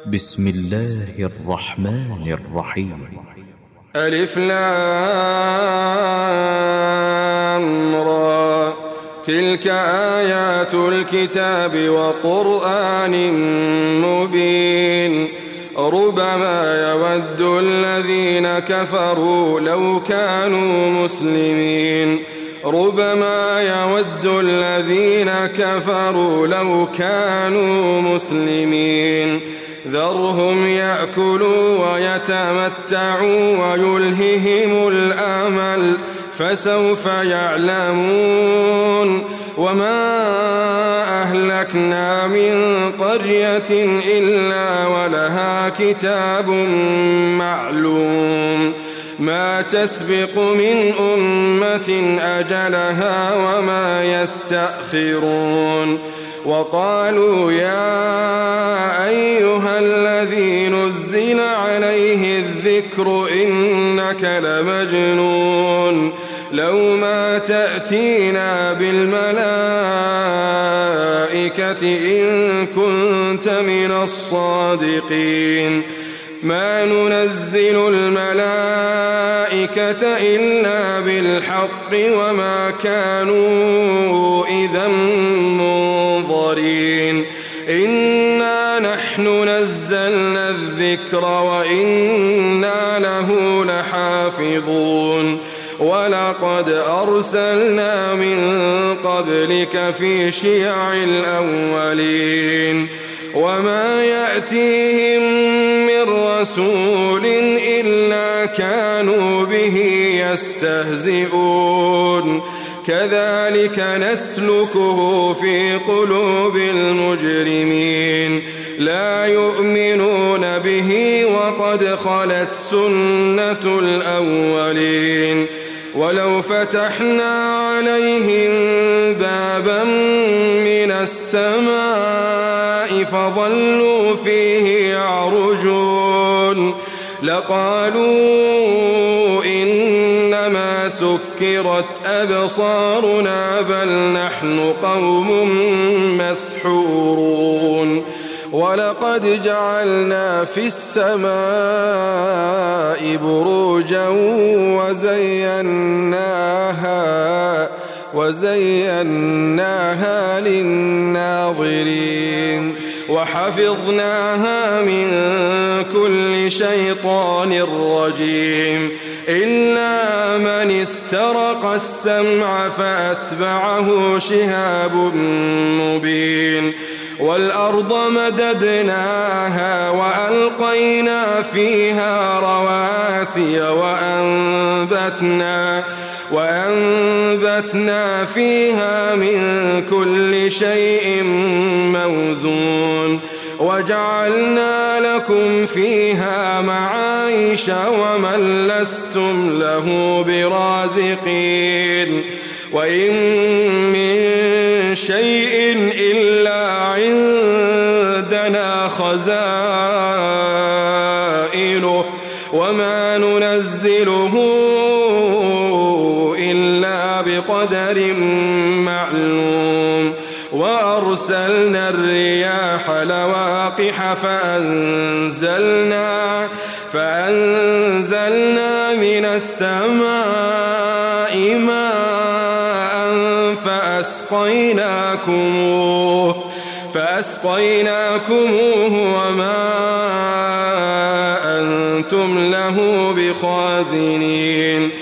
بسم الله الرحمن الرحيم. ألف لام را، تلك آيات الكتاب وقرآن مبين. ربما يود الذين كفروا لو كانوا مسلمين. ربما يود الذين كفروا لو كانوا مسلمين. ذرهم يأكلوا ويتمتعوا ويلههم الأمل، فسوف يعلمون. وما أهلكنا من قرية إلا ولها كتاب معلوم، ما تسبق من أمة أجلها وما يستأخرون. وقالوا يا أيها الذي نزل عليه الذكر إنك لمجنون، لو ما تأتينا بالملائكة إن كنت من الصادقين. ما ننزل الملائكة إلا بالحق وما كانوا إذا منظرين. إنا نحن نزلنا الذكر وإنا له لحافظون. ولقد أرسلنا من قبلك في شيع الأولين، وما يأتيهم من رسول إلا كانوا به يستهزئون. كذلك نسلكه في قلوب المجرمين، لا يؤمنون به وقد خلت سنة الأولين. ولو فتحنا عليهم بابا من السماء فظلوا فيه يعرجون لقالوا إنما سكرت أبصارنا بل نحن قوم مسحورون. ولقد جعلنا في السماء بروجا وزيناها للناظرين وحفظناها من كل شيطان رجيم إلا من استرق السمع فأتبعه شهاب مبين. والأرض مددناها وألقينا فيها رواسي وأنبتنا فيها من كل شيء موزون. وجعلنا لكم فيها معايش ومن لستم له برازقين. وإن من شيء إلا عندنا خزائنه وما ننزله إلا بقدر معلوم. وأرسلنا الرياح لواقح فأنزلنا من السماء ماء فأسقيناكموه وما أنتم له بخازنين.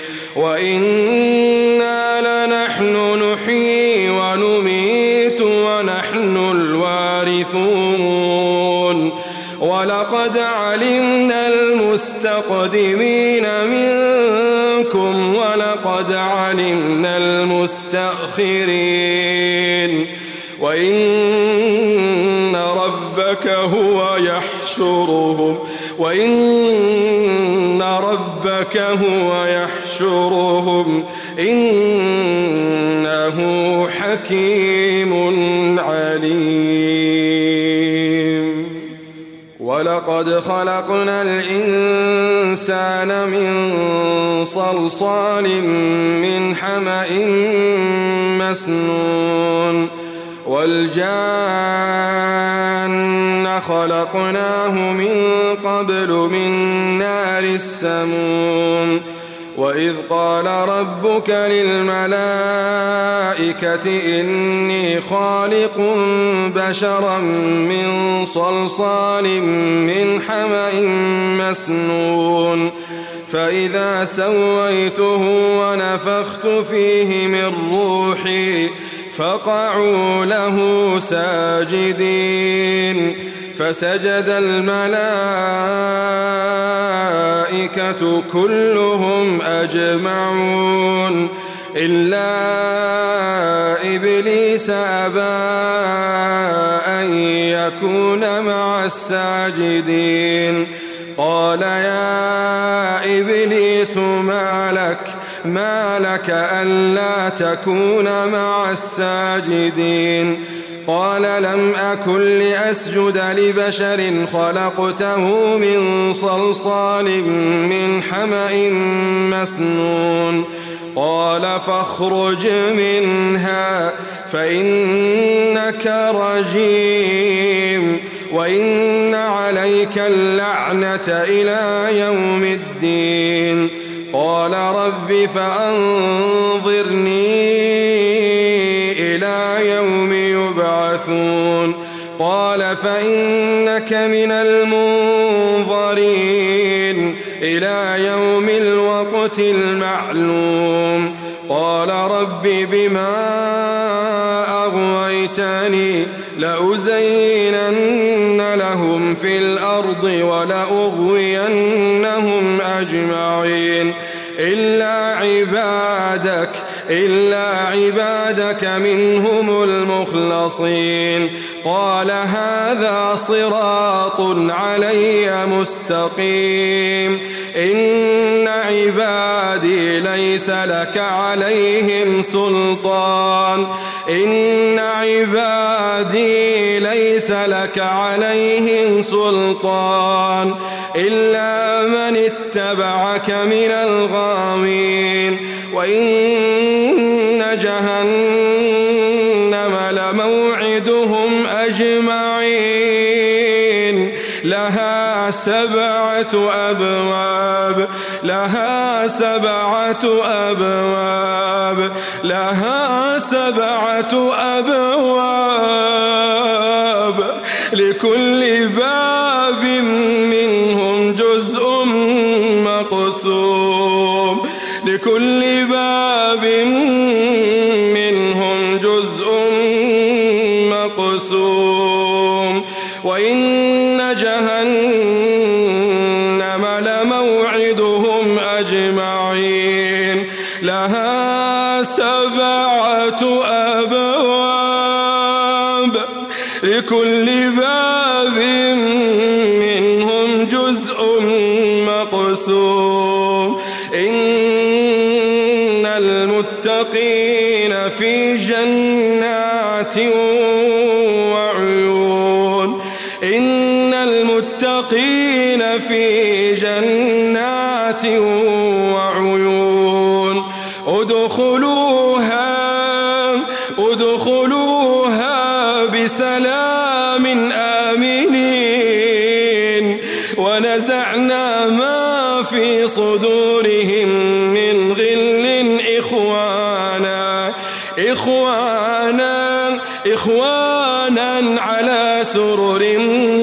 وإنا لنحن نحيي ونميت ونحن الوارثون. ولقد علمنا المستقدمين منكم ولقد علمنا المستأخرين. وإن ربك هو يحشرهم إنه حكيم عليم. ولقد خلقنا الإنسان من صلصال من حمأ مسنون والجان خلقناه من قبل من نار السموم وإذ قال ربك للملائكة إني خالق بشرا من صلصال من حمأ مسنون فإذا سويته ونفخت فيه من روحي فقعوا له ساجدين فسجد الملائكة كلهم أجمعون إلا إبليس أبى أن يكون مع الساجدين قال يا إبليس ما لك ألا تكون مع الساجدين قال لم أكن لأسجد لبشر خلقته من صلصال من حمأ مسنون قال فاخرج منها فإنك رجيم وإن عليك اللعنة إلى يوم الدين قال رب فأنظرني إلى يوم يبعثون قال فإنك من المنظرين إلى يوم الوقت المعلوم قال رب بما أغويتني لأزينن لهم في الأرض ولأغوينهم أجمعين إلا عبادك منهم المخلصين قال هذا صراط علي مستقيم إن عبادي ليس لك عليهم سلطان إلا من اتبعك من الغاوين وإن جهنم لموعدهم أجمعين لها سبعة أبواب لكل باب منهم جزء مقسوم وإن جهنم لموعدهم أجمعين لها سبعة أبواب لكل باب منهم جزء مقسوم إن المتقين في جنات وعيون ادخلوها بسلام آمنين ونزعنا ما في صدورهم من غل إخوانا على سرر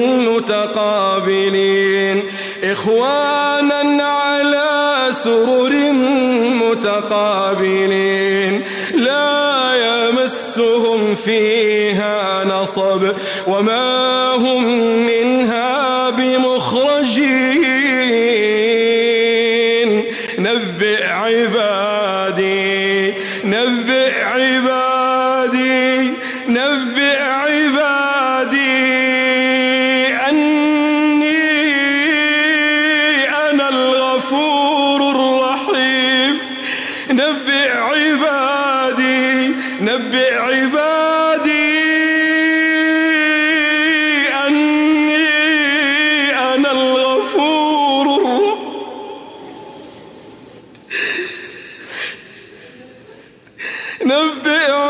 متقابلين لا يمسهم فيها نصب وما هم منها بمخرجين نبئ عبادي أني أنا الغفور الرحيم نبئ عبادي أني أنا الغفور الرحيم نبئ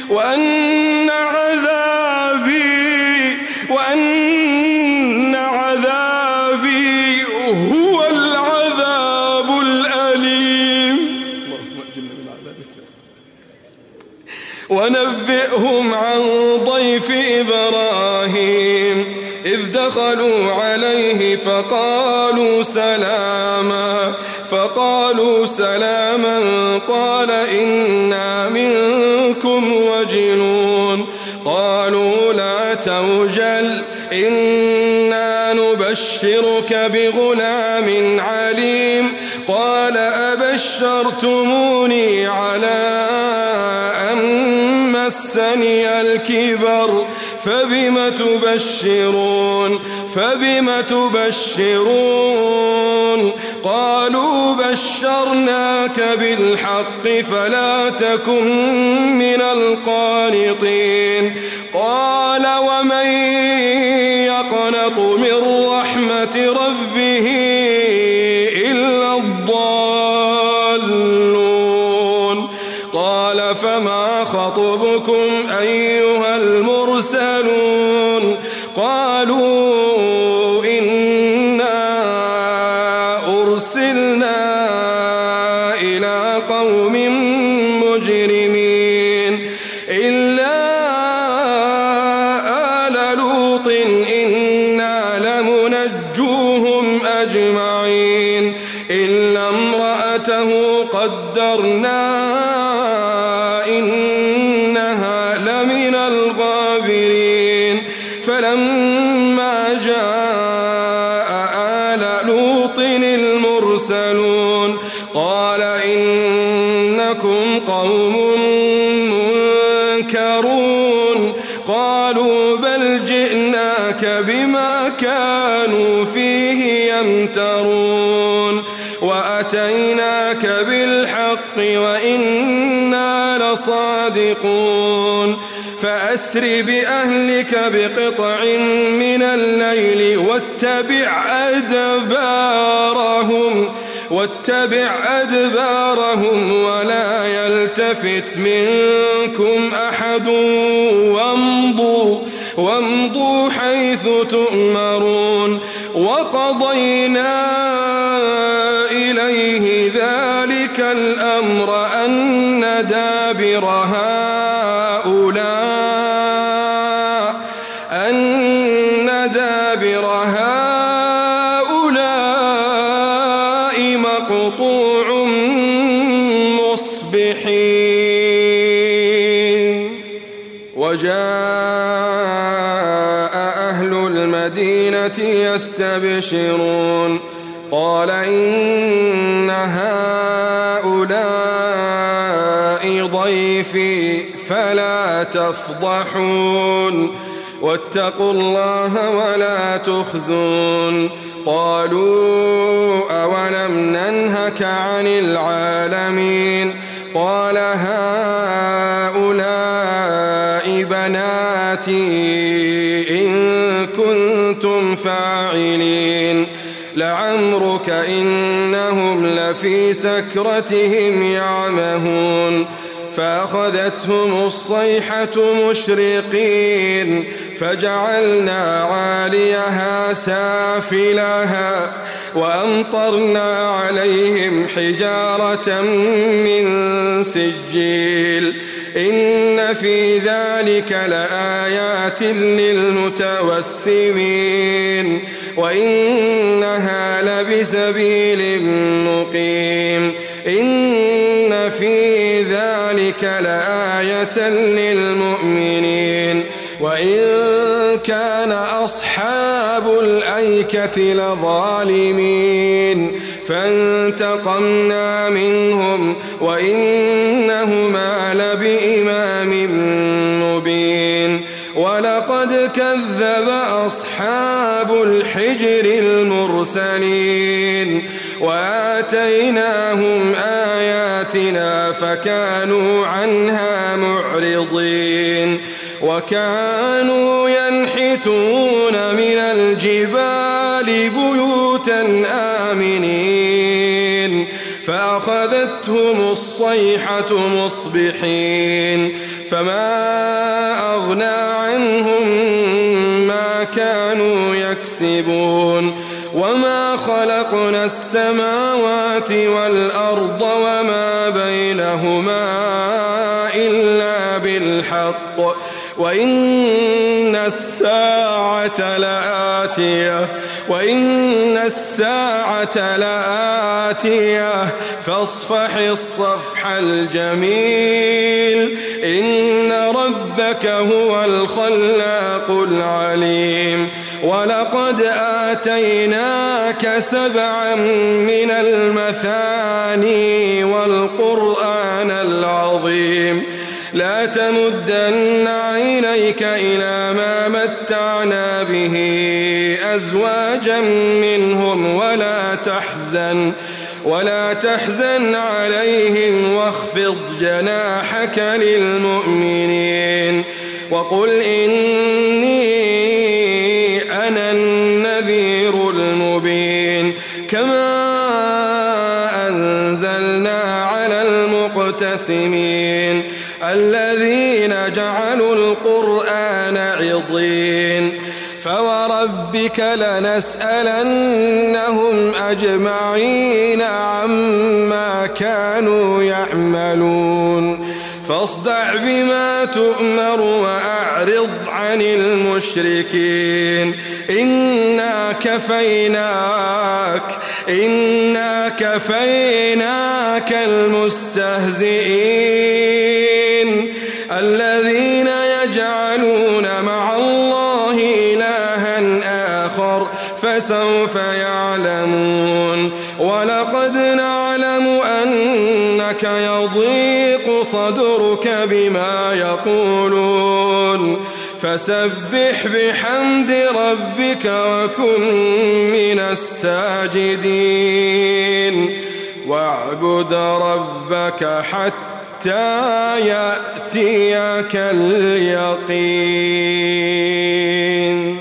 وأن عذابي هو العذاب الأليم. اللهم أجرنا من عذابك. ونبئهم عن ضيف إبراهيم إذ دخلوا عليه فقالوا سلاما قال إنا منكم وجلون. قالوا لا توجل إنا نبشرك بغلام عليم. قال أبشرتموني على أن مسني الكبر فبم تبشرون. قالوا بشرناك بالحق فلا تكن من القانطين. قال ومن يقنط من رحمة ربه إلا الضالون. قال فما خطبكم أيها المرسلون؟ قالوا إنا أرسلنا إلى قوم مجرمين إلا آل لوط إنا لمنجوهم أجمعين إلا امرأته قدرنا إنها لمن الغابرين. فلما جاء آل لوط المرسلون قال إنكم قوم منكرون. قالوا بل جئناك بما كانوا فيه يمترون وأتيناك بالحق وإنا لصادقون. فأسر بأهلك بقطع من الليل واتبع أدبارهم ولا يلتفت منكم أحد وامضوا حيث تؤمرون. وقضينا إليه ذلك الأمر أن دابر هؤلاء مقطوع مصبحين. وجاء أهل المدينة يستبشرون قال إن هؤلاء ضيفي فلا تفضحون واتقوا الله ولا تخزون. قالوا أولم ننهك عن العالمين؟ قال هؤلاء بناتي إن كنتم فاعلين. لعمرك إنهم لفي سكرتهم يعمهون. فأخذتهم الصيحة مشرقين فجعلنا عاليها سافلها وأمطرنا عليهم حجارة من سجيل. إن في ذلك لآيات للمتوسمين وإنها لبسبيل مقيم. إن في ذلك لآية للمؤمنين. وإن كان أصحاب الأيكة لظالمين فانتقمنا منهم وإنهما لبإمام مبين. ولقد كذب أصحاب الحجر المرسلين وآتيناهم آياتنا فكانوا عنها معرضين. وكانوا ينحتون من الجبال بيوتا آمنين فأخذتهم الصيحة مصبحين فما أغنى عنهم ما كانوا يكسبون وما خلقنا السماوات والأرض وما بينهما إلا بالحق وإن الساعة لآتية فاصفح الصفح الجميل إن ربك هو الخلاق العليم ولقد آتيناك 7 من المثاني والقرآن العظيم لا تمدن عينيك إلى ما متعنا به أزواجا منهم ولا تحزن عليهم واخفض جناحك للمؤمنين وقل إني أنا النذير المبين كما أنزلنا على المقتسمين الذين جعلوا القرآن عضين فوربك لنسألنهم أجمعين عما كانوا يعملون فاصدع بما تؤمر وأعرض عن المشركين إنا كفيناك المستهزئين الذين يجعلون مع الله إلها آخر فسوف يعلمون ولقد نعلم أنك يضيق صدرك بما يقولون فسبح بحمد ربك وكن من الساجدين واعبد ربك حتى يأتيك اليقين.